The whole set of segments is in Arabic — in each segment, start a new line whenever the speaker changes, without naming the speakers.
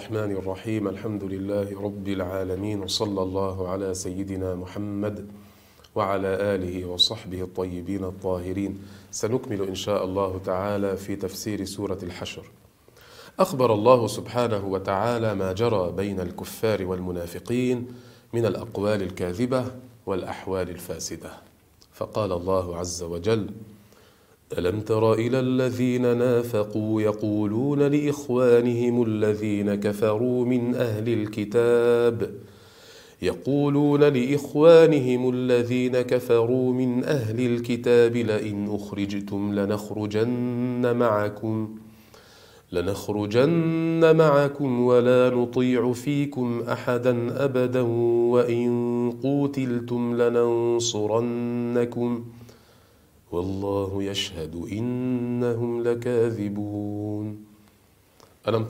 الرحمن الرحيم. الحمد لله رب العالمين، وصلى الله على سيدنا محمد وعلى آله وصحبه الطيبين الطاهرين. سنكمل إن شاء الله تعالى في تفسير سورة الحشر. أخبر الله سبحانه وتعالى ما جرى بين الكفار والمنافقين من الأقوال الكاذبة والأحوال الفاسدة، فقال الله عز وجل: ألم تر إلى الذين نافقوا يقولون لإخوانهم الذين كفروا من أهل الكتاب لئن أخرجتم لنخرجن معكم ولا نطيع فيكم أحدا أبدا وإن قوتلتم لننصرنكم والله يشهد إنهم لكاذبون. ألم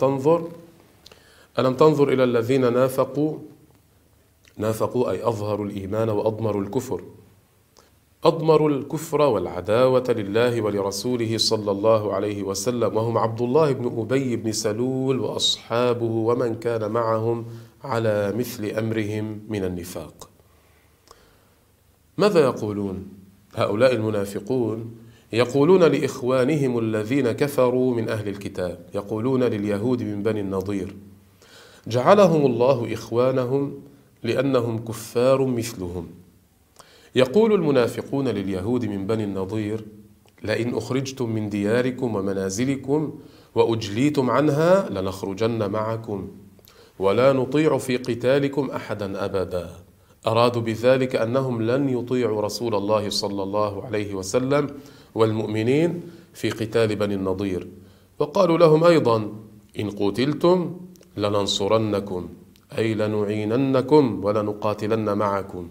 تنظر إلى الذين نافقوا أي أظهروا الإيمان وأضمروا الكفر، أضمروا الكفر والعداوة لله ولرسوله صلى الله عليه وسلم، وهم عبد الله بن أبي بن سلول وأصحابه ومن كان معهم على مثل أمرهم من النفاق. ماذا يقولون؟ هؤلاء المنافقون يقولون لإخوانهم الذين كفروا من أهل الكتاب، يقولون لليهود من بني النضير: جعلهم الله إخوانهم لأنهم كفار مثلهم. يقول المنافقون لليهود من بني النضير: لئن أخرجتم من دياركم ومنازلكم وأجليتم عنها لنخرجن معكم ولا نطيع في قتالكم أحدا أبدا. أرادوا بذلك أنهم لن يطيعوا رسول الله صلى الله عليه وسلم والمؤمنين في قتال بني النضير، وقالوا لهم أيضا: إن قتلتم لننصرنكم أي لنعيننكم ولنقاتلن معكم.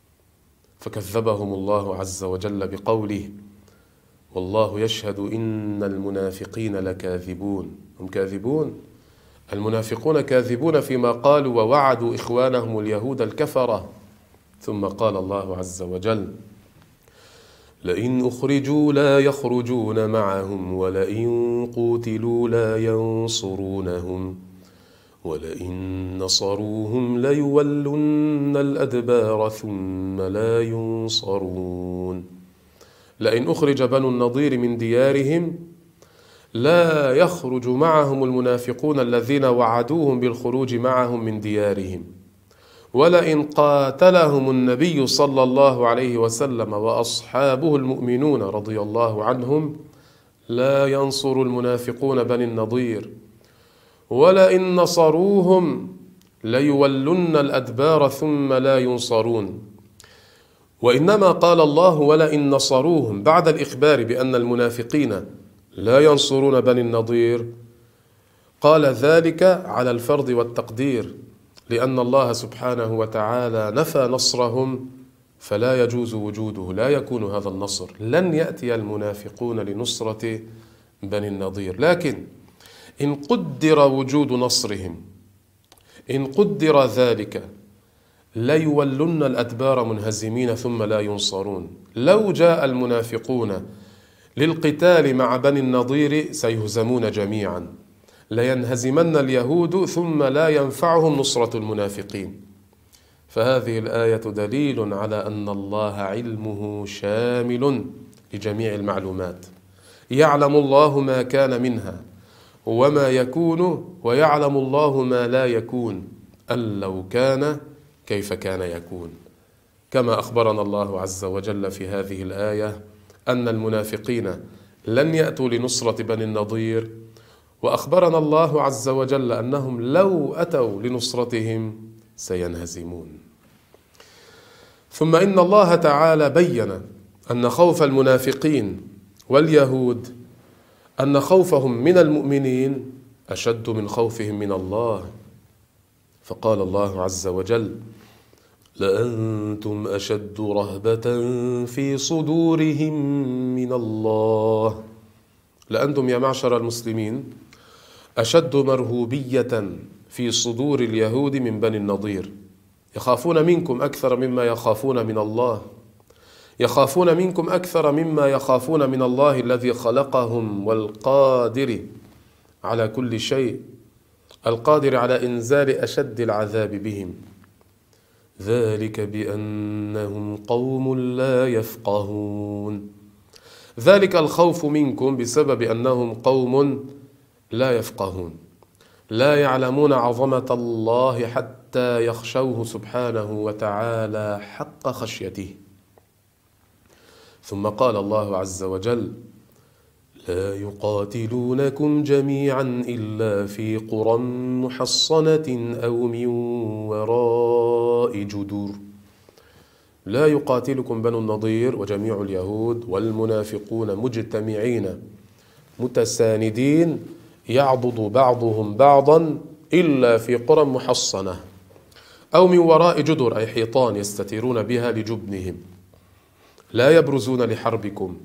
فكذبهم الله عز وجل بقوله: والله يشهد إن المنافقين لكاذبون. هم كاذبون، المنافقون كاذبون فيما قالوا ووعدوا إخوانهم اليهود الكفرة. ثم قال الله عز وجل: لئن أخرجوا لا يخرجون معهم ولئن قوتلوا لا ينصرونهم ولئن نصروهم ليولن الأدبار ثم لا ينصرون. لئن أخرج بنو النضير من ديارهم لا يخرج معهم المنافقون الذين وعدوهم بالخروج معهم من ديارهم، ولئن قاتلهم النبي صلى الله عليه وسلم وأصحابه المؤمنون رضي الله عنهم لا ينصر المنافقون بني النضير، ولئن نصروهم ليولن الأدبار ثم لا ينصرون. وإنما قال الله ولئن نصروهم بعد الإخبار بأن المنافقين لا ينصرون بني النضير، قال ذلك على الفرض والتقدير، لأن الله سبحانه وتعالى نفى نصرهم فلا يجوز وجوده، لا يكون هذا النصر، لن يأتي المنافقون لنصرة بني النضير. لكن إن قدر وجود نصرهم، إن قدر ذلك ليولن الأدبار منهزمين ثم لا ينصرون. لو جاء المنافقون للقتال مع بني النضير سيهزمون جميعا، لينهزمن اليهود ثم لا ينفعهم نصرة المنافقين. فهذه الآية دليل على أن الله علمه شامل لجميع المعلومات، يعلم الله ما كان منها وما يكون، ويعلم الله ما لا يكون، أن لو كان كيف كان يكون. كما أخبرنا الله عز وجل في هذه الآية أن المنافقين لن يأتوا لنصرة بني النضير، وأخبرنا الله عز وجل أنهم لو أتوا لنصرتهم سينهزمون. ثم إن الله تعالى بيّن أن خوف المنافقين واليهود، أن خوفهم من المؤمنين أشد من خوفهم من الله، فقال الله عز وجل: لأنتم أشد رهبة في صدورهم من الله. لأنتم يا معشر المسلمين أشد مرهوبية في صدور اليهود من بني النضير، يخافون منكم أكثر مما يخافون من الله، يخافون منكم أكثر مما يخافون من الله الذي خلقهم والقادر على كل شيء، القادر على إنزال أشد العذاب بهم. ذلك بأنهم قوم لا يفقهون. ذلك الخوف منكم بسبب أنهم قوم لا يفقهون، لا يعلمون عظمة الله حتى يخشوه سبحانه وتعالى حق خشيته. ثم قال الله عز وجل: لا يقاتلونكم جميعا إلا في قرى محصنة أو من وراء جدر. لا يقاتلكم بنو النضير وجميع اليهود والمنافقون مجتمعين متساندين يعضد بعضهم بعضا إلا في قرى محصنة أو من وراء جدر، أي حيطان يستترون بها لجبنهم، لا يبرزون لحربكم،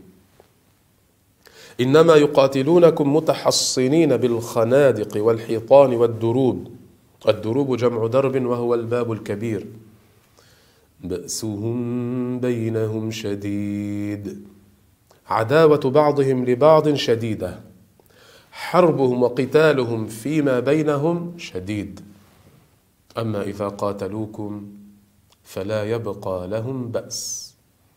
إنما يقاتلونكم متحصنين بالخنادق والحيطان والدروب. الدروب جمع درب وهو الباب الكبير. بأسهم بينهم شديد، عداوة بعضهم لبعض شديدة، حربهم وقتالهم فيما بينهم شديد. أما إذا قاتلوكم فلا يبقى لهم بأس.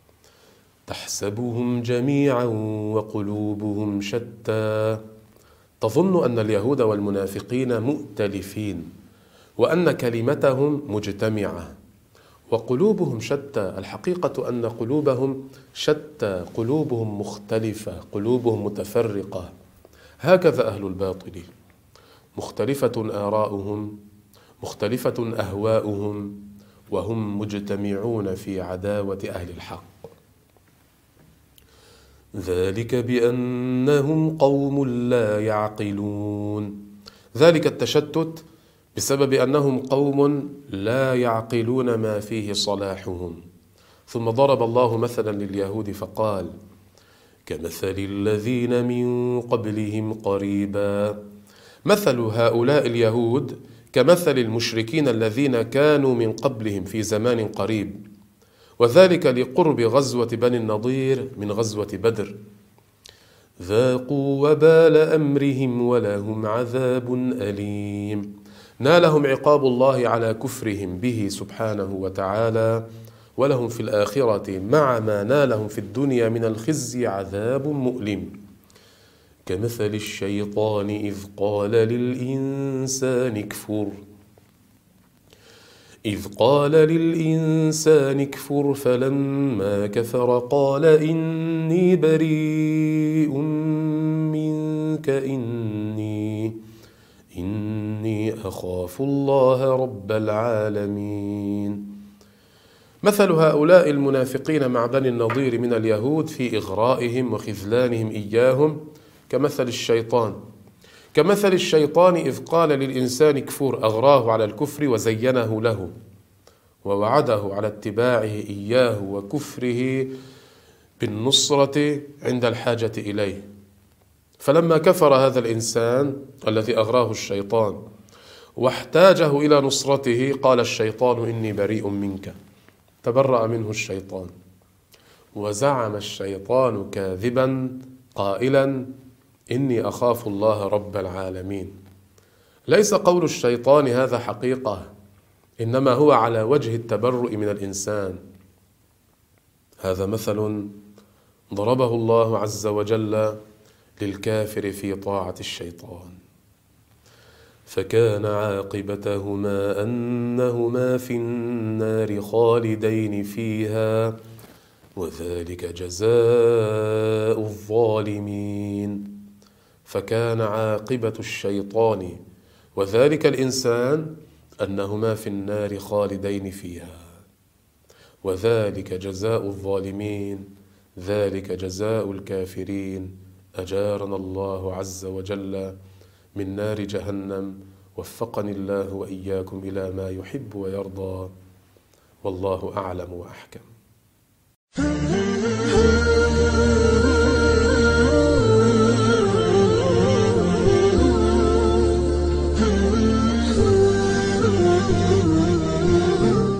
تحسبهم جميعا وقلوبهم شتى. تظن أن اليهود والمنافقين مؤتلفين وأن كلمتهم مجتمعة وقلوبهم شتى. الحقيقة أن قلوبهم شتى، قلوبهم مختلفة، قلوبهم متفرقة. هكذا أهل الباطل، مختلفة آراؤهم، مختلفة أهواؤهم، وهم مجتمعون في عداوة أهل الحق. ذلك بأنهم قوم لا يعقلون. ذلك التشتت بسبب أنهم قوم لا يعقلون ما فيه صلاحهم. ثم ضرب الله مثلا لليهود فقال: كمثل الذين من قبلهم قريبا. مثل هؤلاء اليهود كمثل المشركين الذين كانوا من قبلهم في زمان قريب، وذلك لقرب غزوة بني النضير من غزوة بدر. ذاقوا وبال أمرهم ولهم عذاب أليم. نالهم عقاب الله على كفرهم به سبحانه وتعالى، ولهم في الآخرة مع ما نالهم في الدنيا من الخزي عذاب مؤلم. كمثل الشيطان إذ قال للإنسان اكفر فلما كفر قال إني بريء منك إني أخاف الله رب العالمين. مثل هؤلاء المنافقين مع بني النضير من اليهود في إغرائهم وخذلانهم إياهم كمثل الشيطان إذ قال للإنسان اكفر، أغراه على الكفر وزينه له ووعده على اتباعه إياه وكفره بالنصرة عند الحاجة إليه. فلما كفر هذا الإنسان الذي أغراه الشيطان واحتاجه إلى نصرته قال الشيطان إني بريء منك. تبرأ منه الشيطان، وزعم الشيطان كاذبا قائلا إني أخاف الله رب العالمين. ليس قول الشيطان هذا حقيقة، إنما هو على وجه التبرؤ من الإنسان. هذا مثل ضربه الله عز وجل للكافر في طاعة الشيطان، فكان عاقبتهما أنهما في النار خالدين فيها وذلك جزاء الظالمين. فكان عاقبة الشيطان وذلك الإنسان أنهما في النار خالدين فيها وذلك جزاء الظالمين، ذلك جزاء الكافرين. أجارنا الله عز وجل من نار جهنم. وفقني الله وإياكم إلى ما يحب ويرضى، والله أعلم وأحكم.